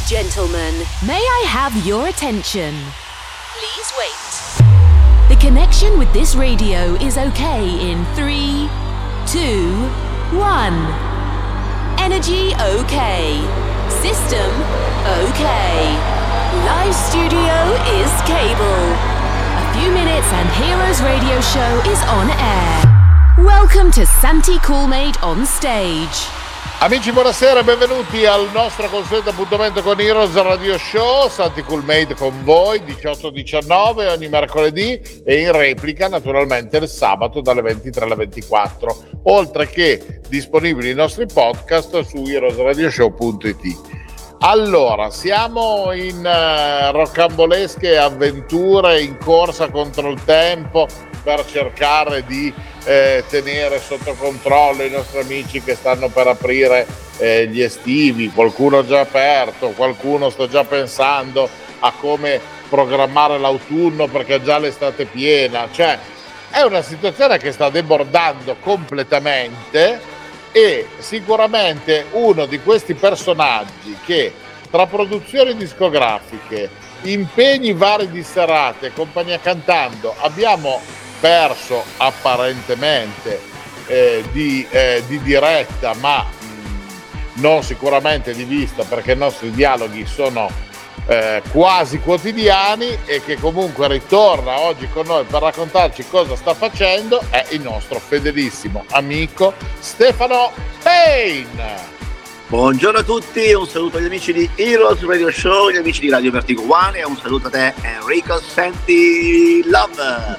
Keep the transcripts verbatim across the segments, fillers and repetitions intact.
Gentlemen, may I have your attention? Please wait. The connection with this radio is okay in three, two, one. Energy okay. System okay. Live studio is cable. A few minutes and Heroes Radio Show is on air. Welcome to Santi Coolmade on stage. Amici, buonasera e benvenuti al nostro consueto appuntamento con Heroes Radio Show. Santi Coolmade con voi, diciotto diciannove ogni mercoledì e in replica naturalmente il sabato dalle ventitré alle ventiquattro, oltre che disponibili i nostri podcast su heroes radio show punto it. Allora, siamo in uh, rocambolesche avventure in corsa contro il tempo per cercare di eh, tenere sotto controllo i nostri amici che stanno per aprire eh, gli estivi. Qualcuno ha già aperto, qualcuno sta già pensando a come programmare l'autunno perché già l'estate è piena. Cioè, è una situazione che sta debordando completamente. E sicuramente uno di questi personaggi che tra produzioni discografiche, impegni vari di serate, compagnia cantando, abbiamo perso apparentemente eh, di, eh, di diretta, ma mh, non sicuramente di vista, perché i nostri dialoghi sono Eh, quasi quotidiani, e che comunque ritorna oggi con noi per raccontarci cosa sta facendo è il nostro fedelissimo amico Stefano Payne. Buongiorno a tutti, un saluto agli amici di Heroes Radio Show, agli amici di Radio Vertigo One, e un saluto a te Enrico Santi Love.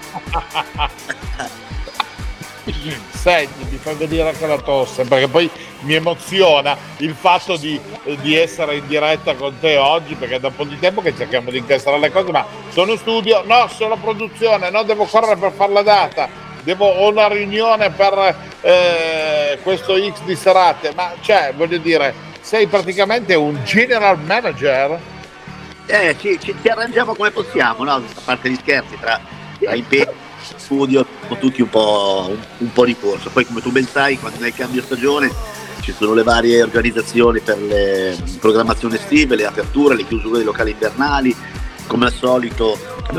Senti, mi fai venire anche la tosse, perché poi mi emoziona il fatto di, di essere in diretta con te oggi, perché da un po' di tempo che cerchiamo di incastrare le cose, ma sono in studio, no, sono produzione, no, devo correre per fare la data, devo ho una riunione per eh, questo X di serate, ma cioè, voglio dire, sei praticamente un general manager? Eh, ci, ci, ci arrangiamo come possiamo, no? A parte gli scherzi, tra, tra impegni, studio, tutti un po', un, un po' di corso. Poi, come tu ben sai, quando nel cambio stagione ci sono le varie organizzazioni per le programmazioni estive, le aperture, le chiusure dei locali invernali. Come al solito,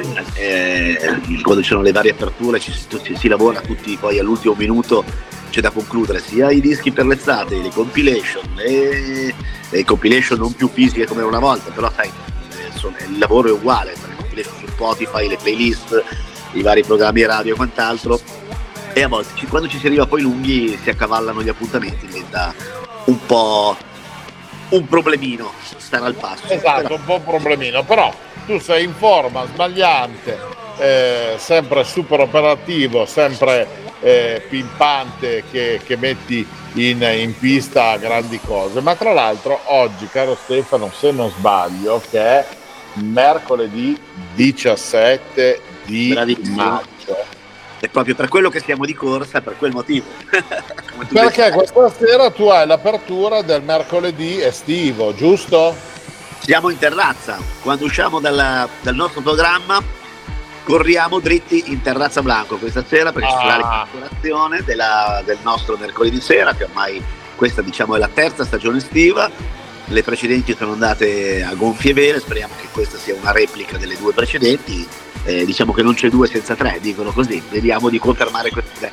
eh, quando ci sono le varie aperture ci, ci, si lavora tutti, poi all'ultimo minuto c'è da concludere sia i dischi per l'estate, le compilation, le, le compilation non più fisiche come una volta, però sai, sono, il lavoro è uguale, le compilation su Spotify, le playlist, i vari programmi radio e quant'altro, e a volte quando ci si arriva poi lunghi si accavallano gli appuntamenti, diventa un po' un problemino stare al passo. Esatto, però... un po' un problemino, però tu sei in forma, sbagliante, eh, sempre super operativo, sempre eh, pimpante, che, che metti in, in pista grandi cose. Ma tra l'altro oggi, caro Stefano, se non sbaglio, che è mercoledì diciassette di Bravissimo. maggio. È proprio per quello che siamo di corsa, per quel motivo. Perché questa sera tu hai l'apertura del mercoledì estivo, giusto? Siamo in terrazza. Quando usciamo dalla, dal nostro programma corriamo dritti in Terrazza Blanco questa sera, perché ci sarà Ah. l'inaugurazione della, del nostro mercoledì sera, che ormai questa, diciamo, è la terza stagione estiva. Le precedenti sono andate a gonfie vele, speriamo che questa sia una replica delle due precedenti. Eh, diciamo che non c'è due senza tre, dicono così, vediamo di confermare queste idee.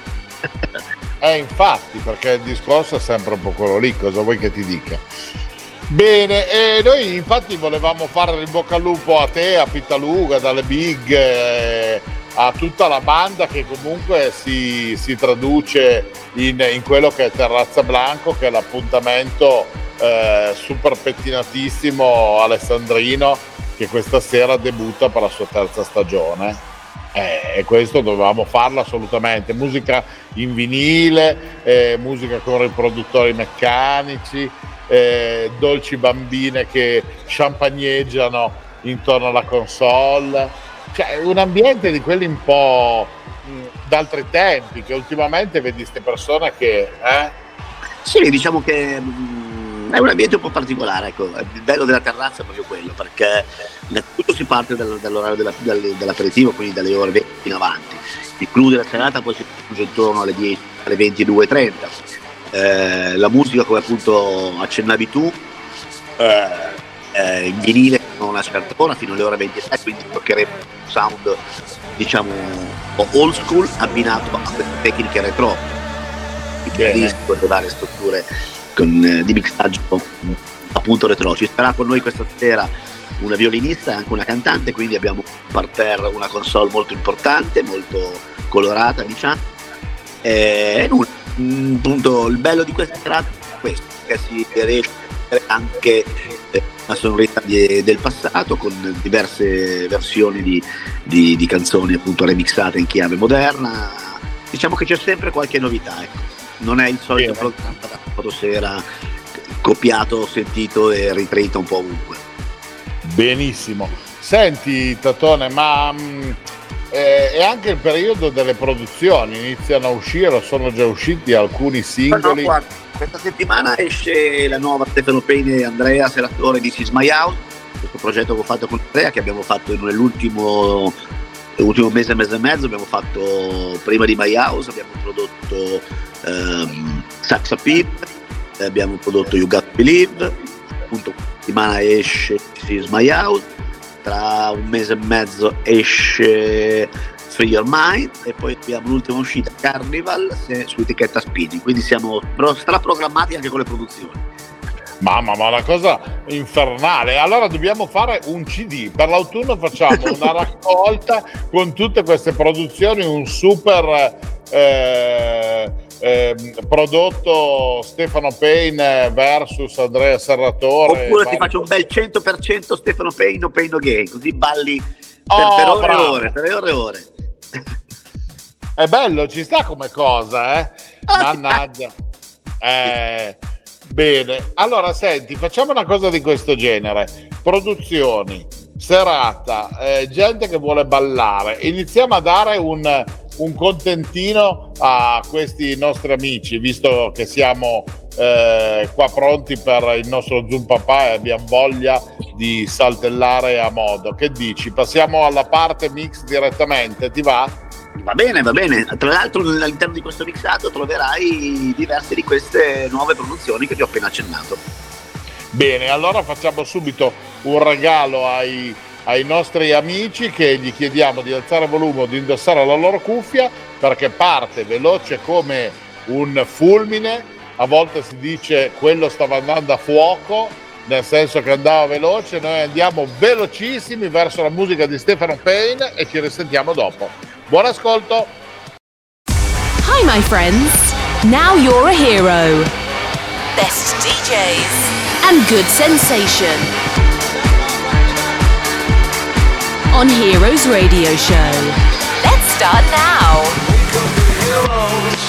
Eh, infatti, perché il discorso è sempre un po' quello lì, cosa vuoi che ti dica? Bene, e noi infatti volevamo fare il bocca al lupo a te, a Pittaluga, dalle Big, eh, a tutta la banda che comunque si, si traduce in, in quello che è Terrazza Blanco, che è l'appuntamento eh, super pettinatissimo alessandrino, che questa sera debutta per la sua terza stagione, eh, e questo dovevamo farlo assolutamente. Musica in vinile, eh, musica con riproduttori meccanici, eh, dolci bambine che champagneggiano intorno alla console, cioè un ambiente di quelli un po' mh, d'altri tempi, che ultimamente vedi queste persone che eh? Sì, diciamo che mh, è un ambiente un po' particolare, ecco. Il bello della terrazza è proprio quello, perché innanzitutto si parte dal, dall'orario della, del, dell'aperitivo, quindi dalle ore venti in avanti, si chiude la serata, poi si chiude intorno alle dieci, alle ventidue e trenta. Eh, la musica, come appunto accennavi tu, eh, eh, in vinile fino a una certa ora, fino alle ore ventisei, quindi toccheremo un sound diciamo un po' old school abbinato a queste tecniche retro, il disco, le varie strutture con, eh, di mixaggio appunto retro. Ci sarà con noi questa sera una violinista e anche una cantante, quindi abbiamo un parterre, una console molto importante, molto colorata diciamo, e nulla, appunto il bello di questa serata è questo, che si riesce a vedere anche la sonorità di, del passato con diverse versioni di, di, di canzoni appunto remixate in chiave moderna. Diciamo che c'è sempre qualche novità, ecco. Non è il solito programma da fotosera copiato, sentito e ritrito un po' ovunque. Benissimo. Senti Tatone, ma mh, eh, è anche il periodo delle produzioni, iniziano a uscire o sono già usciti alcuni singoli? No, guarda, questa settimana esce la nuova Stefano Payne e Andrea Selatore di This Is My House, questo progetto che ho fatto con Andrea, che abbiamo fatto nell'ultimo l'ultimo mese, mese e mezzo. Abbiamo fatto prima di My House, abbiamo prodotto um, Saxa Pip, abbiamo prodotto You Got to Believe, appunto questa settimana esce This Is My House, tra un mese e mezzo esce Free Your Mind e poi abbiamo l'ultima uscita Carnival su etichetta Speedy, quindi siamo straprogrammati anche con le produzioni. Mamma, ma una cosa infernale. Allora dobbiamo fare un C D. Per l'autunno facciamo una raccolta con tutte queste produzioni, un super eh, eh, prodotto Stefano Payne versus Andrea Serratore. Oppure ti faccio un bel cento per cento Stefano Payne o Payne Gay, così balli per, oh, per ore e bravo. ore, per ore e ore. È bello, ci sta come cosa, eh? Mannaggia. Eh... Bene, allora senti, facciamo una cosa di questo genere: produzioni, serata, eh, gente che vuole ballare. Iniziamo a dare un, un contentino a questi nostri amici, visto che siamo eh, qua pronti per il nostro Zoom Papà e abbiamo voglia di saltellare a modo. Che dici? Passiamo alla parte mix direttamente, ti va? Va bene, va bene. Tra l'altro all'interno di questo mixato troverai diverse di queste nuove produzioni che ti ho appena accennato. Bene, allora facciamo subito un regalo ai, ai nostri amici, che gli chiediamo di alzare volume o di indossare la loro cuffia, perché parte veloce come un fulmine. A volte si dice quello stava andando a fuoco, nel senso che andava veloce. Noi andiamo velocissimi verso la musica di Stefano Payne e ci risentiamo dopo. Buon ascolto. Hi my friends, now you're a hero. Best D Js and good sensation on Heroes Radio Show. Let's start now. We could be heroes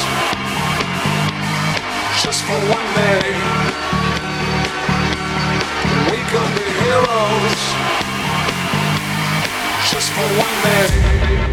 just for one day. We could be heroes just for one day.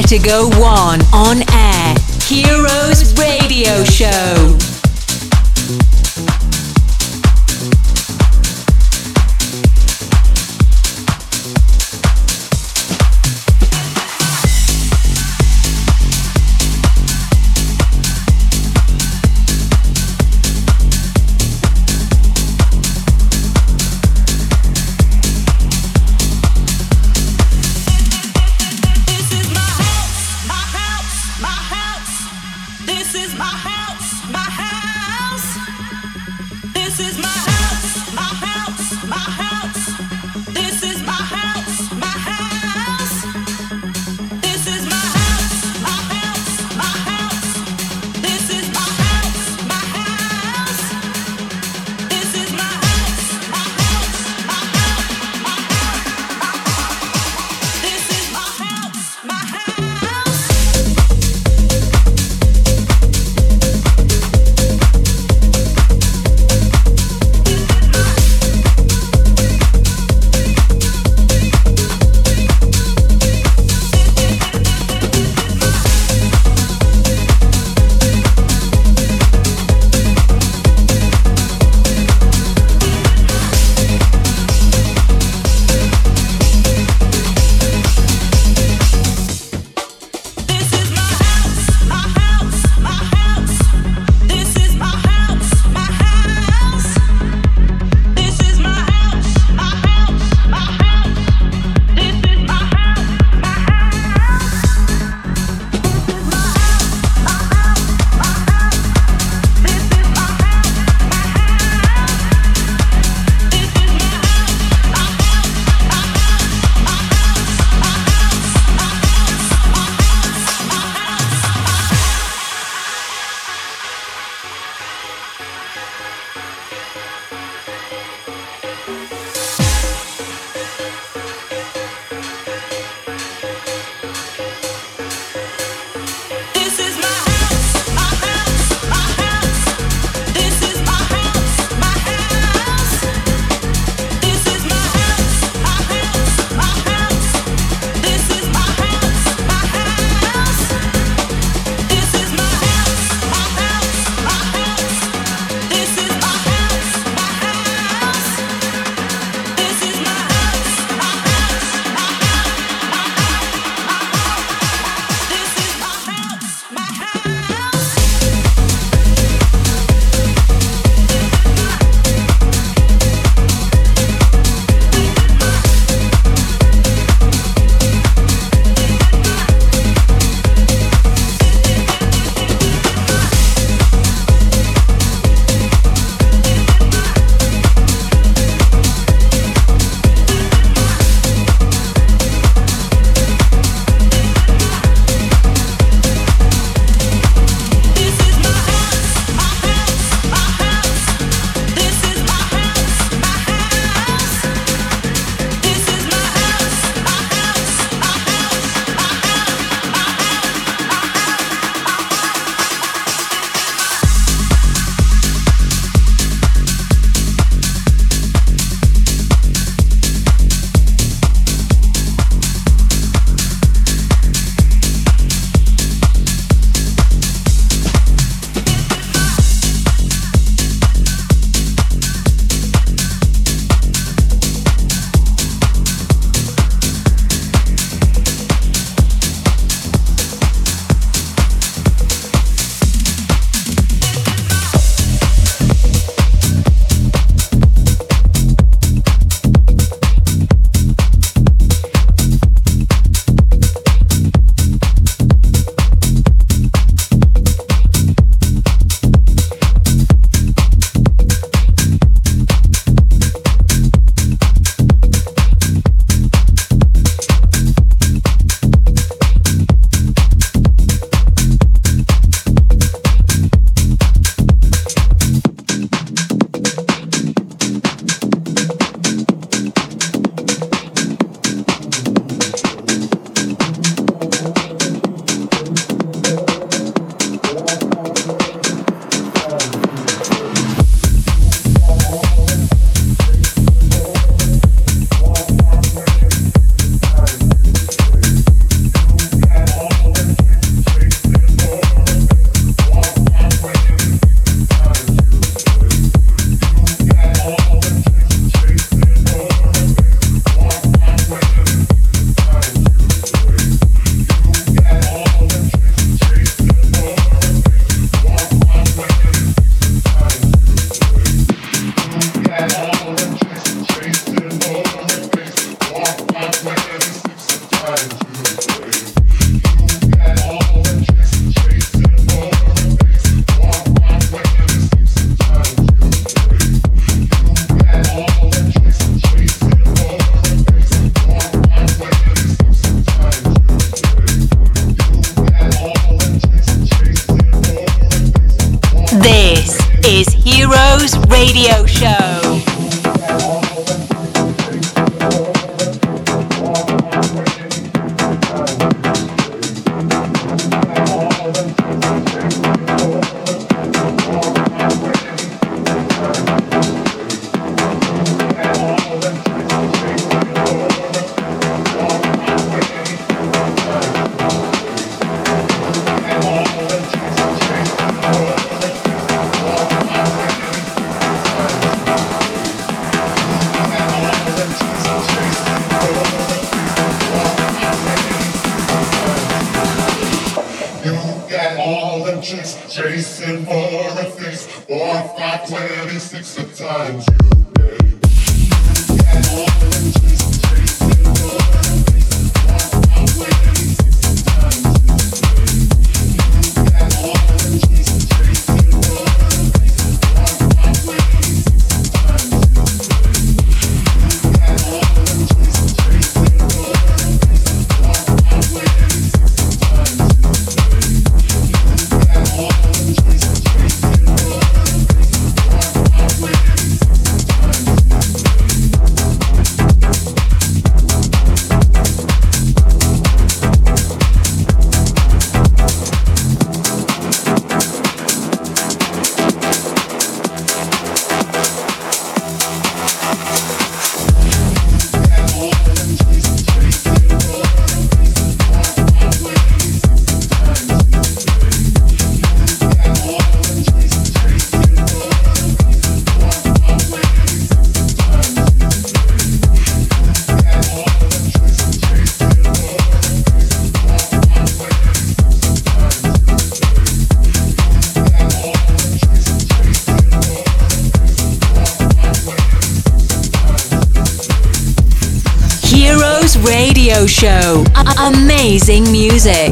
to go one on air. Heroes Radio Show. My house, my house. Radio Show. Chasing for a fix, four, five, twenty-six the times you baby. You got all them chasing, chasing for a fix, four, five, twenty-six the times you baby. You got all them chasing, chasing for a fix, four, five, twenty-six the times you baby. You got all them chasing, chasing for a fix, four, five, twenty-six the times you baby. You got all Radio Show. A- amazing music.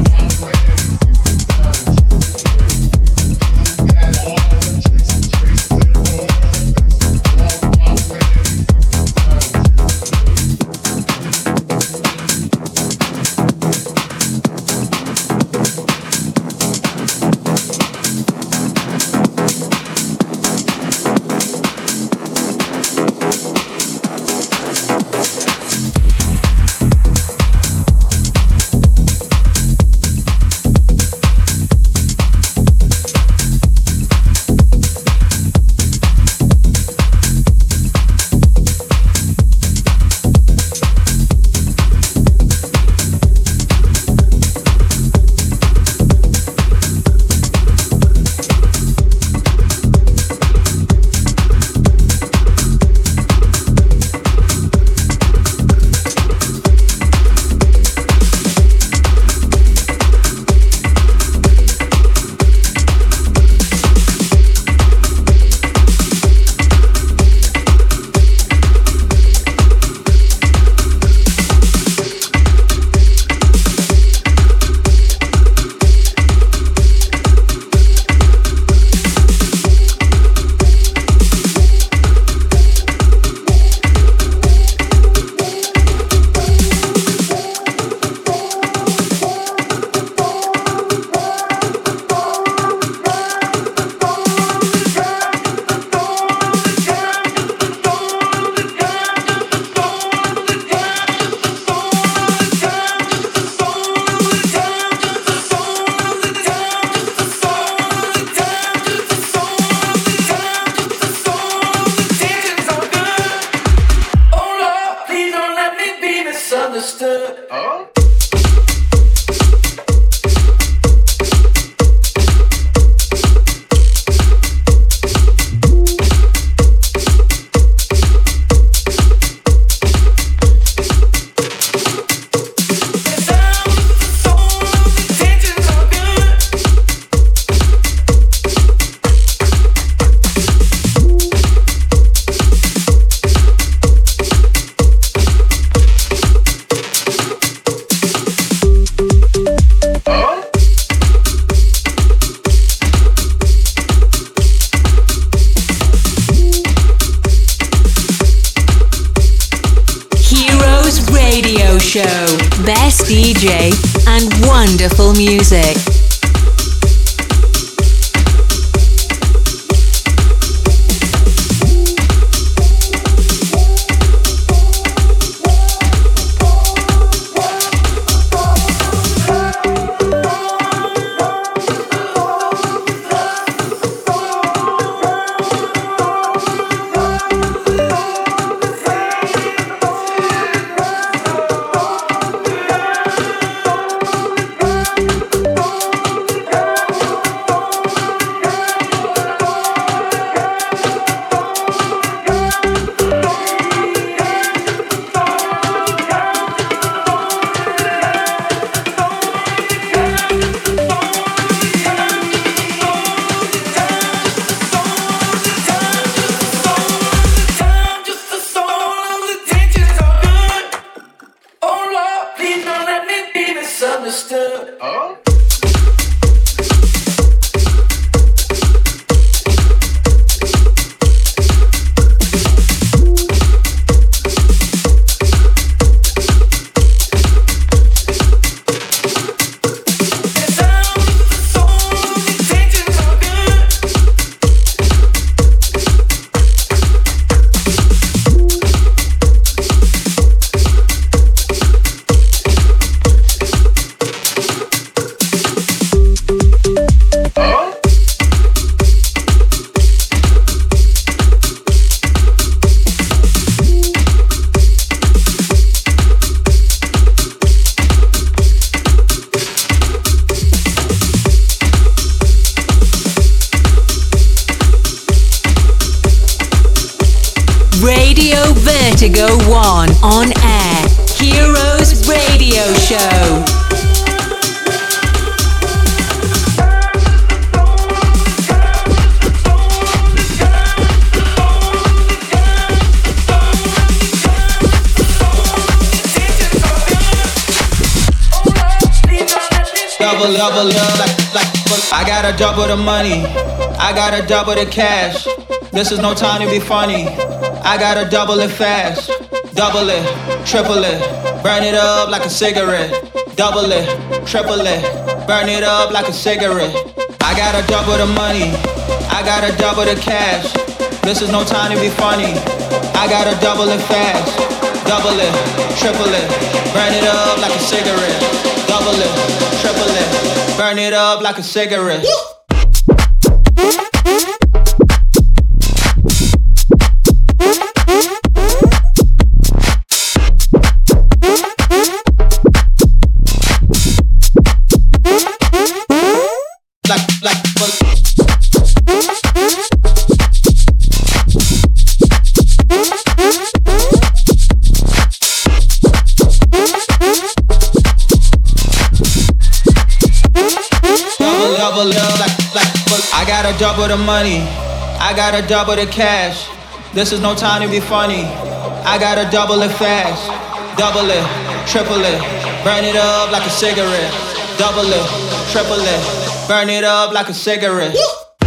Show, best D J and wonderful music. Radio Vertigo One on air. Heroes Radio Show. Double, double, like, like, I gotta double the money. I gotta double the cash. This is no time to be funny. I gotta double it fast. Double it, triple it, burn it up like a cigarette. Double it, triple it, burn it up like a cigarette. I gotta double the money. I gotta double the cash. This is no time to be funny. I gotta double it fast. Double it, triple it, burn it up like a cigarette. Double it, triple it, burn it up like a cigarette. Double the money, I gotta double the cash. This is no time to be funny. I gotta double it fast. Double it, triple it, burn it up like a cigarette. Double it, triple it, burn it up like a cigarette.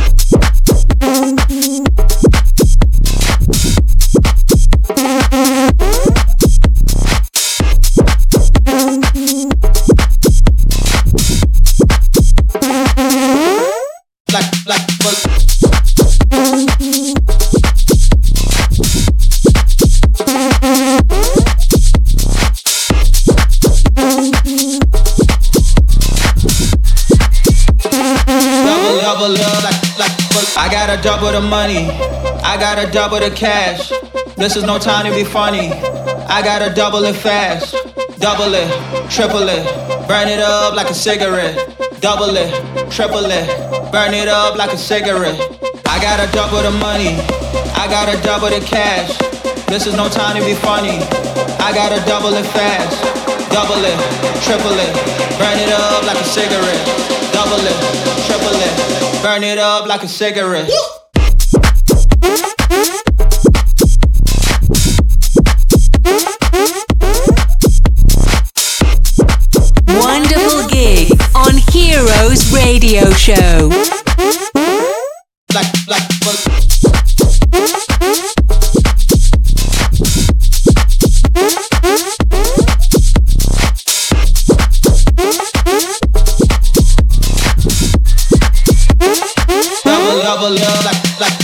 I gotta double the money, I gotta double the cash. This is no time to be funny. I gotta double it fast. Double it, triple it, burn it up like a cigarette. Double it, triple it, burn it up like a cigarette. I gotta double the money, I gotta double the cash. This is no time to be funny. I gotta double it fast. Double it, triple it, burn it up like a cigarette. Double it, triple it, burn it up like a cigarette. Wonderful gig on Heroes Radio Show. Like, like, double, double, like, like,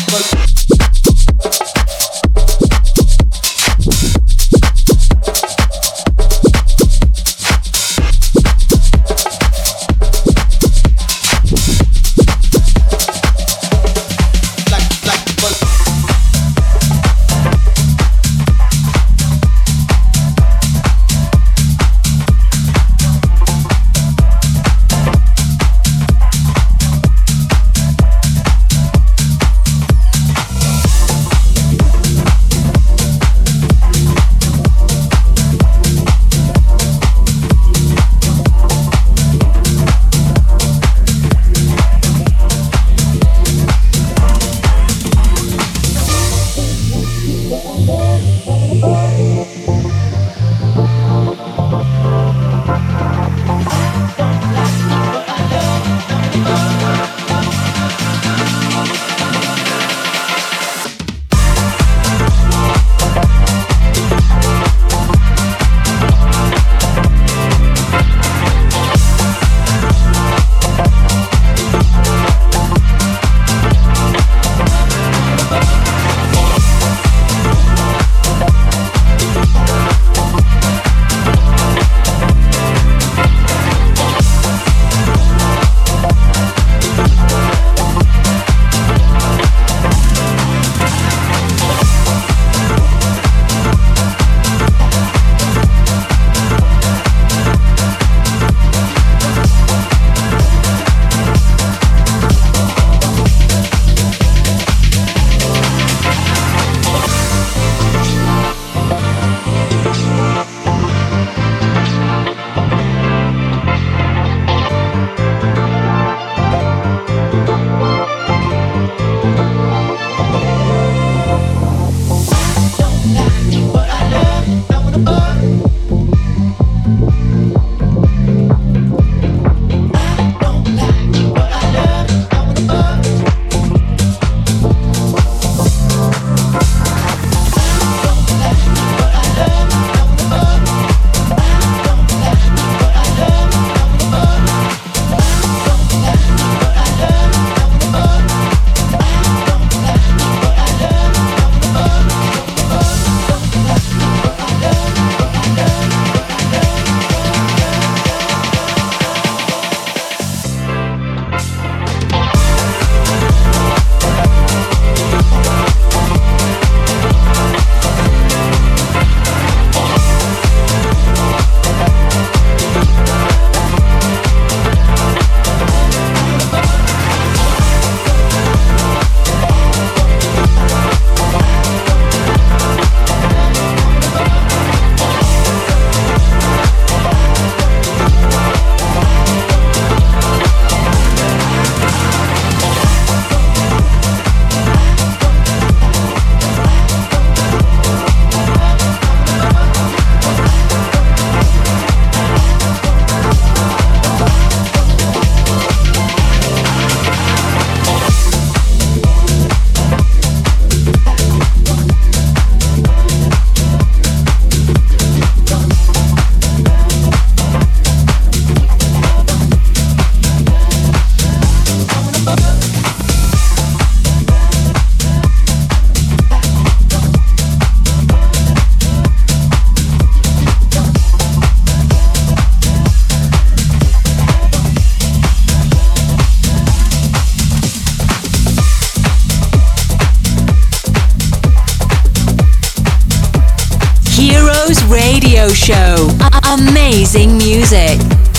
Radio Show. A- amazing music.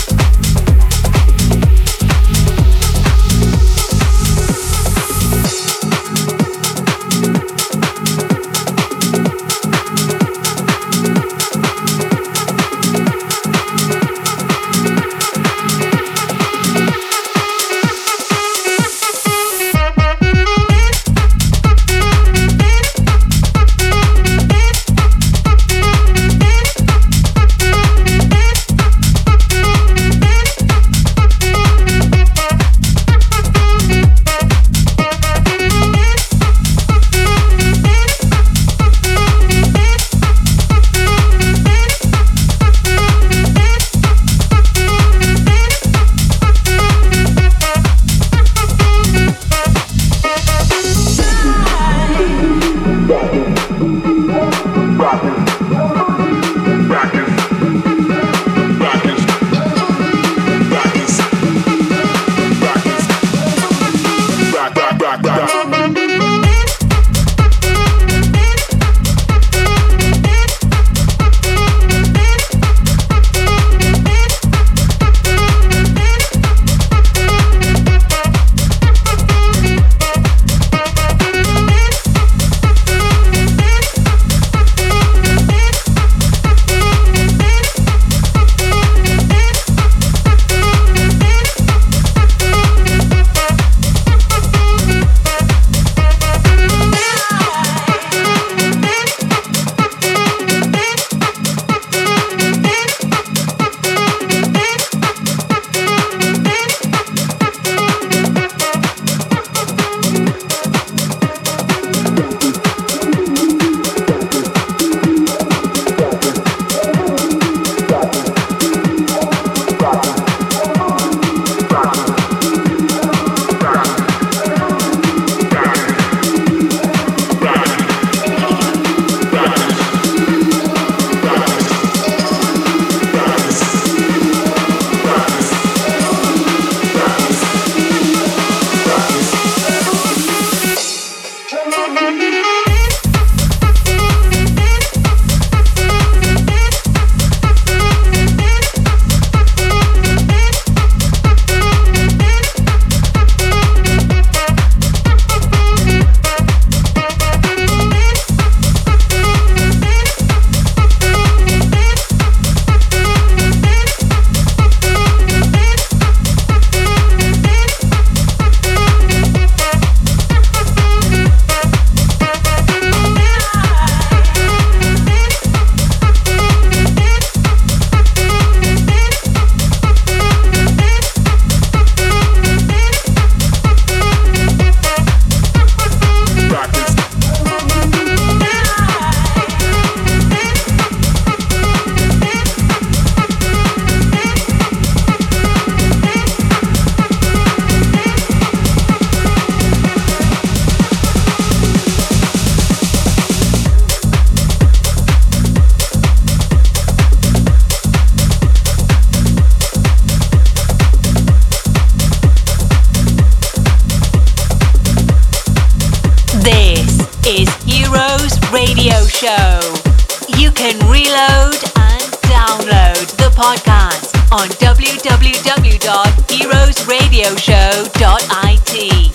Radio Show. You can reload and download the podcast on w w w dot heroes radio show dot i t.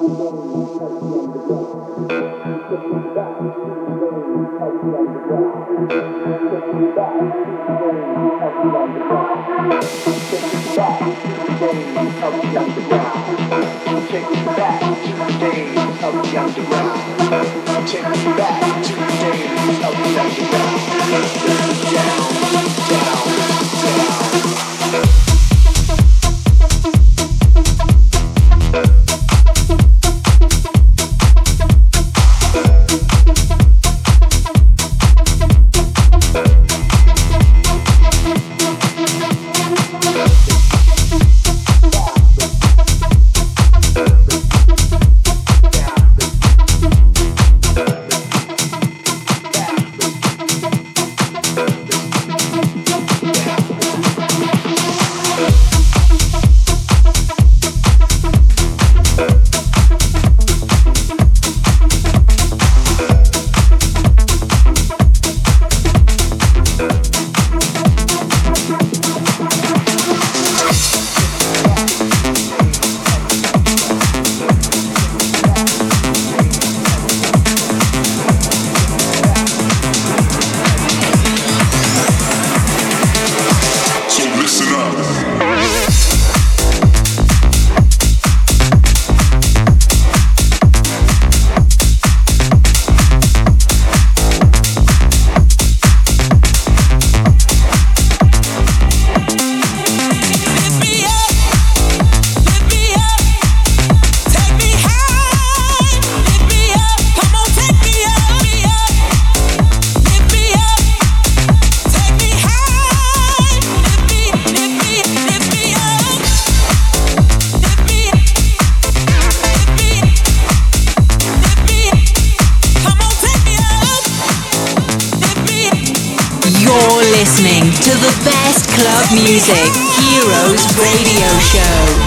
Club Music Heroes Radio Show.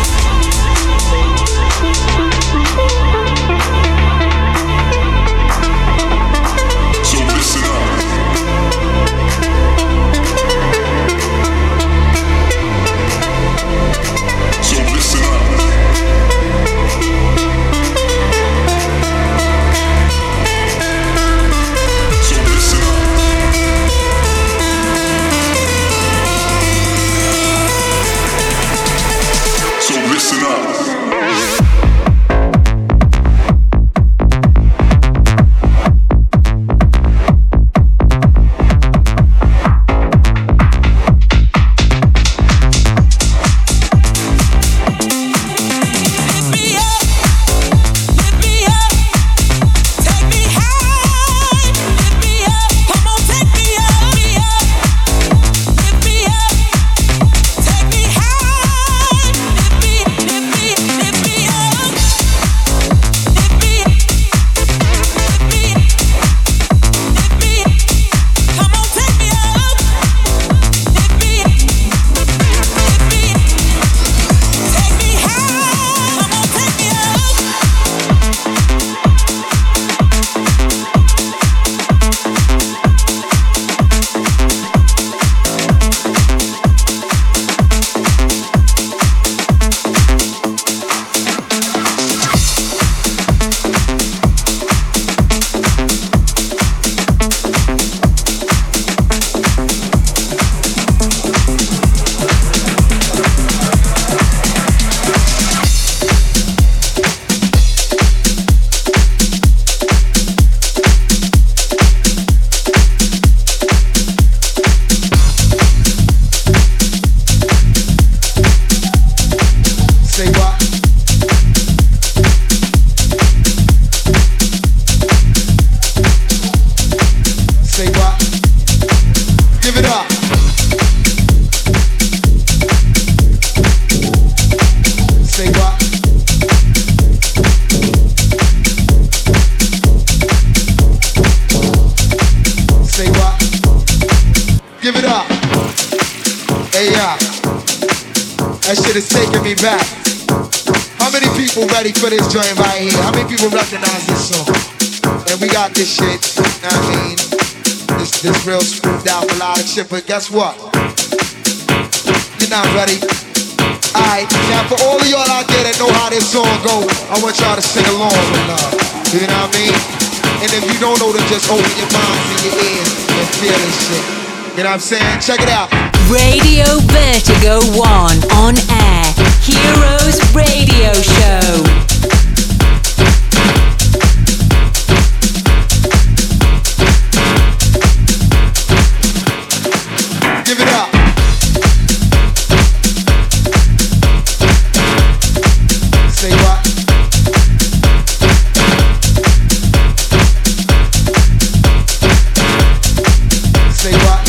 Back. How many people ready for this joint right here? How many people recognize this song? And we got this shit, you know what I mean? This, this real smoothed out melodic shit, but guess what? You're not ready. Alright, now for all of y'all out there that know how this song go, I want y'all to sing along with love. You know what I mean? And if you don't know, then just open your minds and your ears and feel this shit. You know what I'm saying? Check it out. Radio Vertigo one on air. Heroes Radio Show. Give it up. Say what? Say what?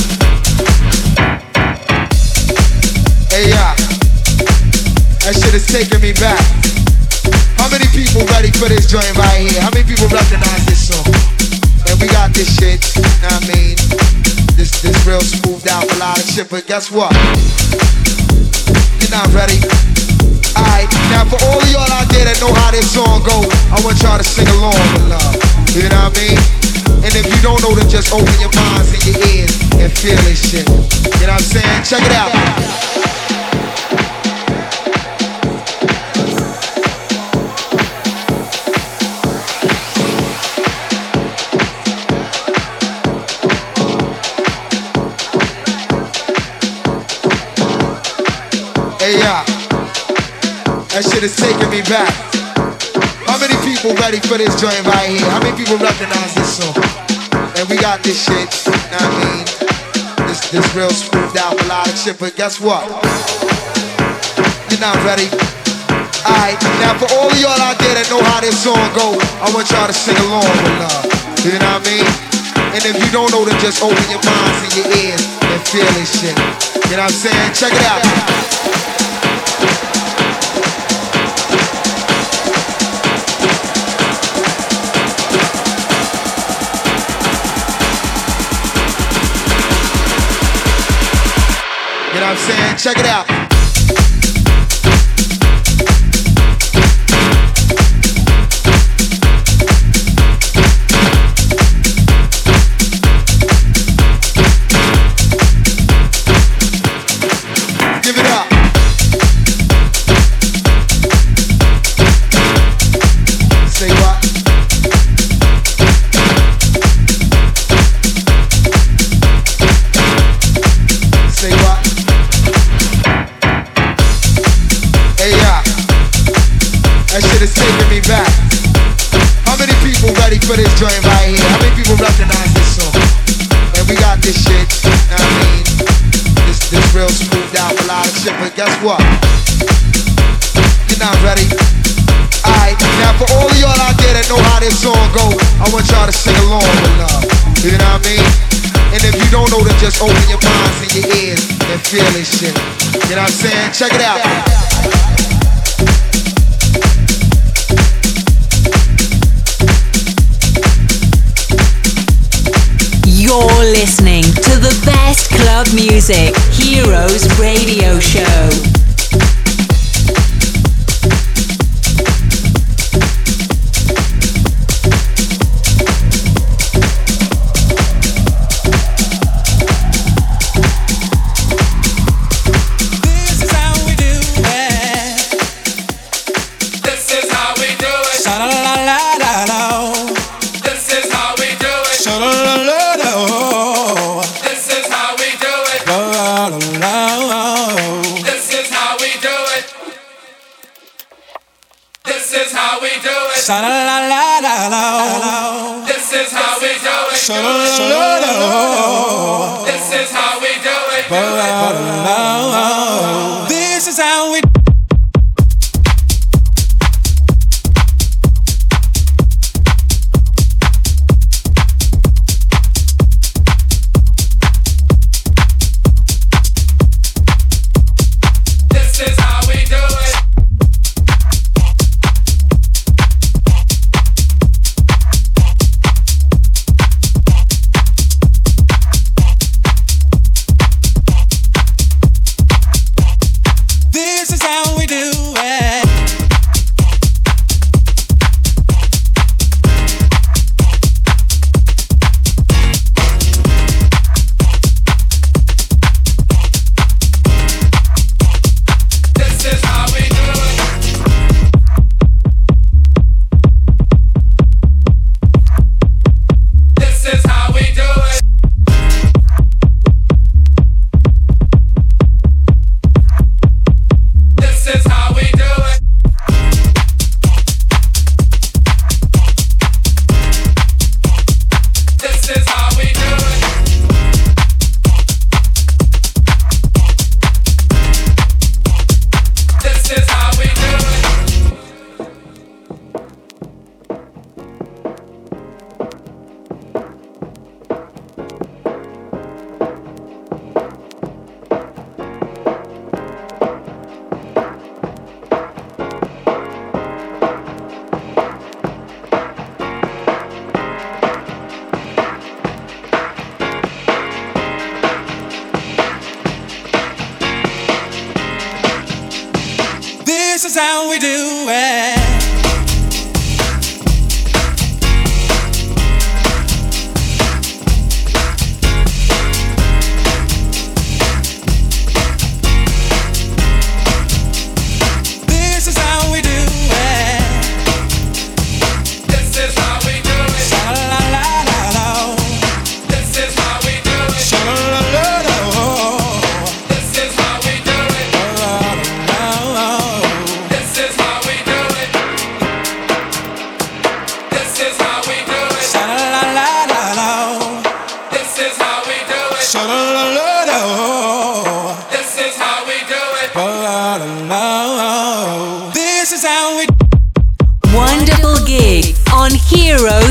Hey, yeah. That shit is taking me back. How many people ready for this joint right here? How many people recognize this song? And we got this shit, you know what I mean? This, this real smoothed out melodic shit, but guess what? You're not ready. Alright, now for all of y'all out there that know how this song go, I want y'all to sing along with love. You know what I mean? And if you don't know, then just open your minds and your ears and feel this shit. You know what I'm saying? Check it out. Hey, yeah. That shit is taking me back. How many people ready for this joint right here? How many people recognize this song? And we got this shit, you know what I mean? This, this real smoothed out melodic shit, but guess what? You're not ready. Alright, now for all of y'all out there that know how this song go, I want y'all to sing along with love. You know what I mean? And if you don't know, then just open your minds and your ears and feel this shit. You know what I'm saying? Check it out. You know what I'm saying? Check it out. Give it up. Say what? Say what? Hey, yeah. That shit is taking me back. How many people ready for this joint right here? How many people recognize this song? And we got this shit, you know what I mean? This, this real smoothed out melodic shit, but guess what? You're not ready. Alright, now for all of y'all out there that know how this song go, I want y'all to sing along with love. You know what I mean? And if you don't know, then just open your minds and your ears and feel this shit. You know what I'm saying? Check it out. You're listening to the best club music, Heroes Radio Show. Sha la la la la la. This is how we do it. Sha la la la la. This is how we do it. This is how we.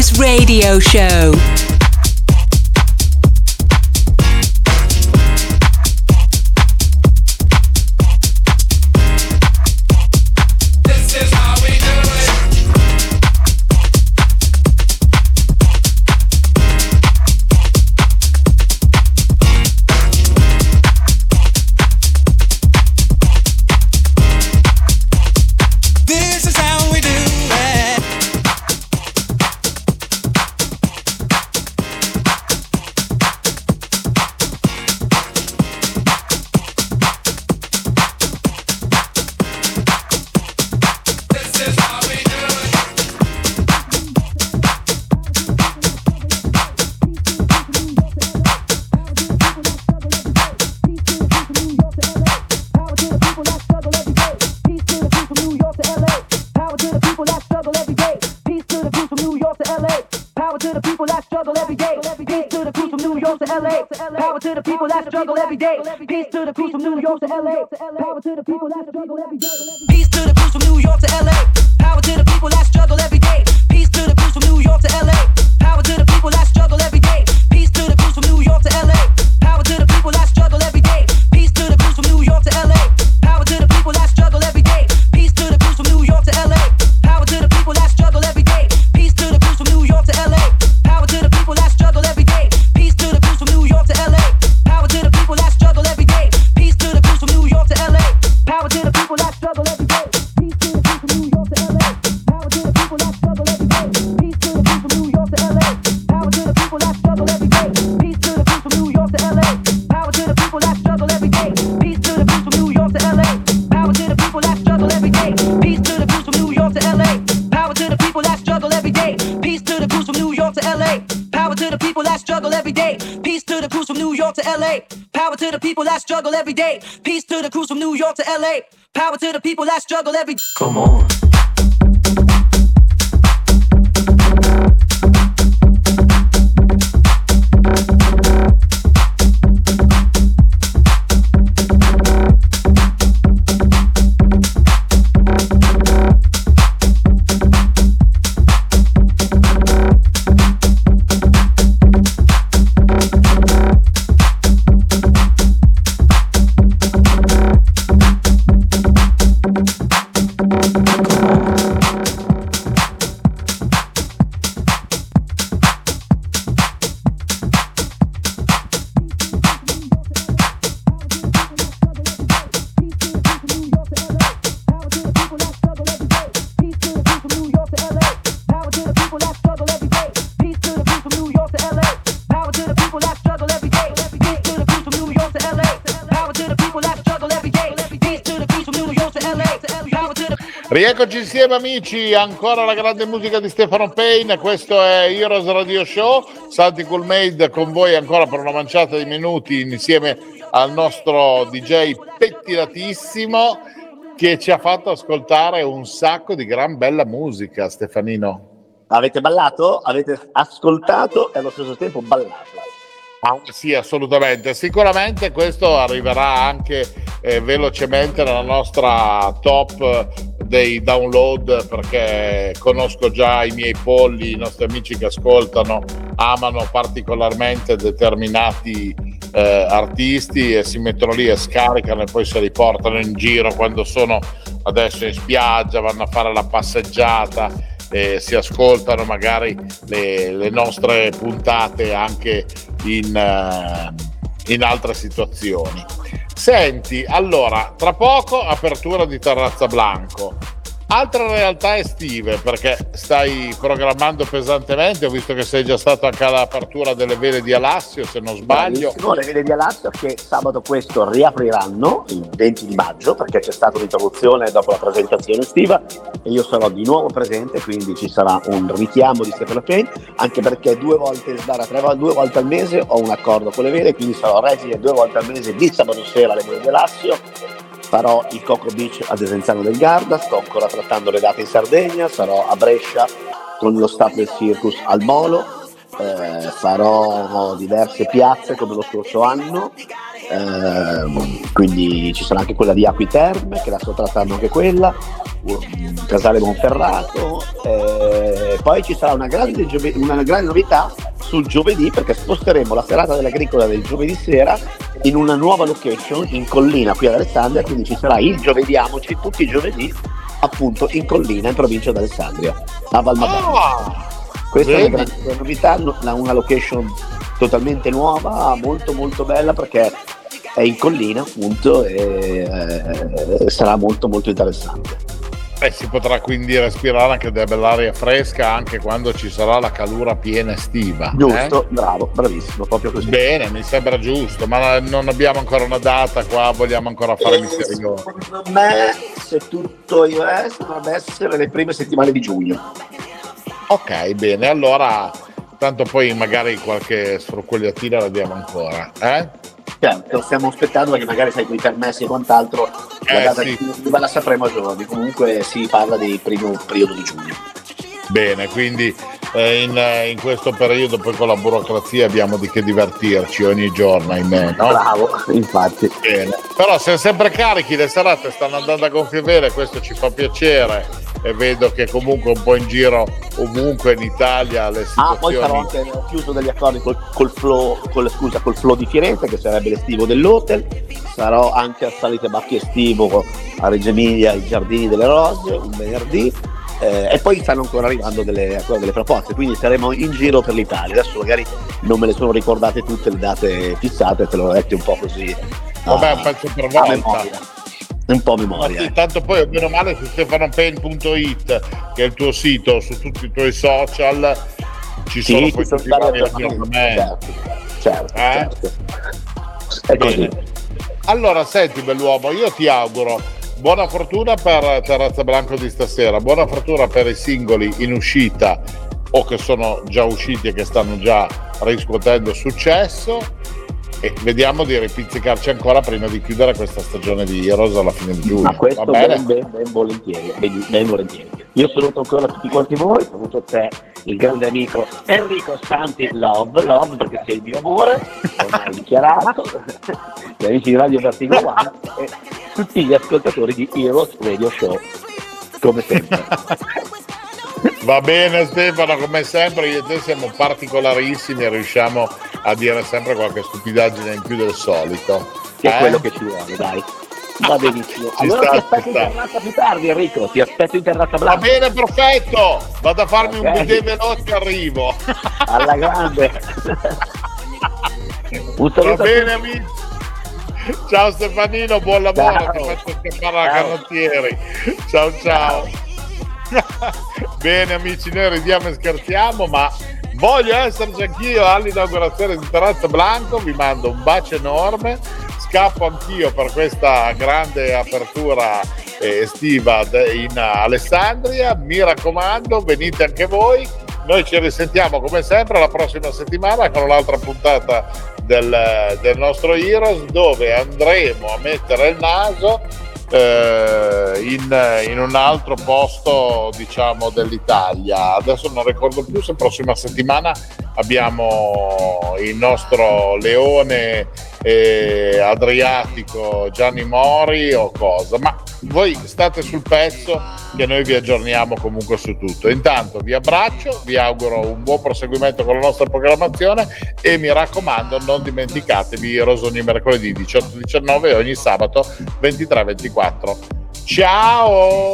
Coast Radio Show. Come on. Rieccoci insieme amici, ancora la grande musica di Stefano Payne, questo è Heroes Radio Show, Santi Cool Made con voi ancora per una manciata di minuti insieme al nostro D J pettinatissimo che ci ha fatto ascoltare un sacco di gran bella musica. Stefanino, avete ballato? Avete ascoltato e allo stesso tempo ballato? Ah, sì, assolutamente. Sicuramente questo arriverà anche eh, velocemente nella nostra top dei download, perché conosco già i miei polli, i nostri amici che ascoltano, amano particolarmente determinati eh, artisti e si mettono lì e scaricano e poi se li portano in giro quando sono adesso in spiaggia, vanno a fare la passeggiata. Eh, si ascoltano magari le, le nostre puntate anche in, uh, in altre situazioni. Senti, allora, tra poco apertura di Terrazza Blanco. Altre realtà estive, perché stai programmando pesantemente, ho visto che sei già stato anche all'apertura delle Vele di Alassio, se non sbaglio. No, le Vele di Alassio che sabato questo riapriranno, il venti di maggio, perché c'è stata un'interruzione dopo la presentazione estiva e io sarò di nuovo presente, quindi ci sarà un richiamo di Stefano Payne, anche perché due volte, tre, due volte al mese ho un accordo con le Vele, quindi sarò resident due volte al mese di sabato sera alle Vele di Alassio. Farò il Coco Beach a Desenzano del Garda, sto ancora trattando le date in Sardegna, sarò a Brescia con lo staff del Circus al Molo, eh, farò diverse piazze come lo scorso anno, eh, quindi ci sarà anche quella di Acquiterme, che la sto trattando anche quella, Casale Monferrato, eh, poi ci sarà una grande, giove- una grande novità sul giovedì, perché sposteremo la serata dell'agricola del giovedì sera in una nuova location in collina qui ad Alessandria, quindi ci sarà il Giovediamoci tutti i giovedì appunto in collina in provincia di Alessandria, a Valmadolid. Oh, questa vedi? È una grande novità, una location totalmente nuova, molto molto bella, perché è in collina appunto e eh, sarà molto molto interessante. Eh, si potrà quindi respirare anche della bell'aria fresca anche quando ci sarà la calura piena estiva. Giusto, eh? bravo, bravissimo, proprio così. Bene, mi sembra giusto, ma non abbiamo ancora una data qua, vogliamo ancora fare eh, misterioso. Secondo me, se tutto il resto, dovrebbe essere le prime settimane di giugno. Ok, bene, allora tanto poi magari qualche sfrucugliatina la diamo ancora, eh? Certo, stiamo aspettando perché magari sai con i permessi e quant'altro la eh, data sì. definitiva la sapremo a giorni, comunque si parla di primo periodo di giugno. Bene, quindi eh, in, in questo periodo poi con la burocrazia abbiamo di che divertirci ogni giorno, ahimè, no? Bravo, infatti. Bene, però siamo sempre carichi, le serate stanno andando a gonfie vele, questo ci fa piacere e vedo che comunque un po' in giro ovunque in Italia le situazioni... Ah, poi sarò anche, ho chiuso degli accordi col, col flow, col, scusa, col flow di Firenze, che sarebbe l'estivo dell'hotel, sarò anche al Salite Bacchi estivo a Reggio Emilia, ai Giardini delle Rose, un venerdì, eh, e poi stanno ancora arrivando delle, ancora delle proposte, quindi saremo in giro per l'Italia. Adesso magari non me le sono ricordate tutte le date fissate, te l'ho detto un po' così. Vabbè, un pezzo per volta. Un po' memoria. Sì, tanto poi meno male su stefanopen punto it, che è il tuo sito, su tutti i tuoi social ci sì, sono ci poi sono tutti i vari aggiornamenti. Certo, certo, eh? certo. È così. Allora senti bell'uomo, io ti auguro buona fortuna per Terrazza Blanco di stasera, buona fortuna per i singoli in uscita o che sono già usciti e che stanno già riscuotendo successo. E vediamo di ripizzicarci ancora prima di chiudere questa stagione di Heroes alla fine di giugno. Ma questo va bene? Ben, ben, ben volentieri, ben, ben volentieri. Io saluto ancora tutti quanti voi, saluto te, il grande amico Enrico Santi, Love, Love perché sei il mio amore, ormai dichiarato, gli amici di Radio Vertigo One e tutti gli ascoltatori di Heroes Radio Show, come sempre. Va bene Stefano, come sempre io e te siamo particolarissimi e riusciamo a dire sempre qualche stupidaggine in più del solito. Che eh? è quello che ci vuole, dai. Va benissimo. Ci allora sta, ti aspetto in sta. terrazza più tardi, Enrico, ti aspetto in terrazza blanca. Va bene, perfetto! Vado a farmi Okay. un bidet veloce e arrivo. Alla grande. Un Va saluto a bene tutti. amici. Ciao Stefanino, buon lavoro, Ciao. ti faccio scappare la Ciao. canottieri. Ciao ciao. Bene amici, noi ridiamo e scherziamo, ma voglio esserci anch'io all'inaugurazione di Terrazza Blanco, vi mando un bacio enorme, scappo anch'io per questa grande apertura eh, estiva de- in Alessandria, mi raccomando venite anche voi, noi ci risentiamo come sempre la prossima settimana con l'altra puntata del, del nostro Heroes, dove andremo a mettere il naso In, in un altro posto diciamo dell'Italia. Adesso non ricordo più se prossima settimana abbiamo il nostro leone eh, adriatico Gianni Mori o cosa, ma voi state sul pezzo che noi vi aggiorniamo comunque su tutto. Intanto vi abbraccio, vi auguro un buon proseguimento con la nostra programmazione e mi raccomando non dimenticatevi Heroes ogni mercoledì diciotto diciannove e ogni sabato ventitré ventiquattro. Ciao!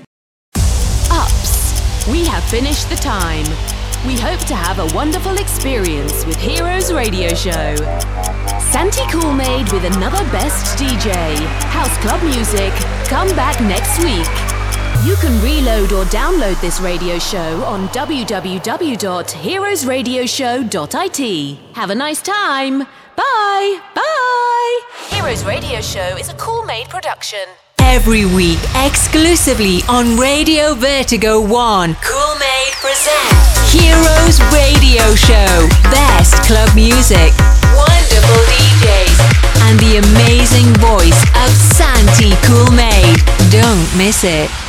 Ups, we have finished the time. We hope to have a wonderful experience with Heroes Radio Show. Santi Coolmade with another best D J. House club music. Come back next week. You can reload or download this radio show on w w w dot heroes radio show dot i t. Have a nice time. Bye. Bye. Heroes Radio Show is a Coolmade production. Every week, exclusively on Radio Vertigo One, Coolmade presents Heroes Radio Show. Best club music, wonderful D Js, and the amazing voice of Santi Coolmade. Don't miss it.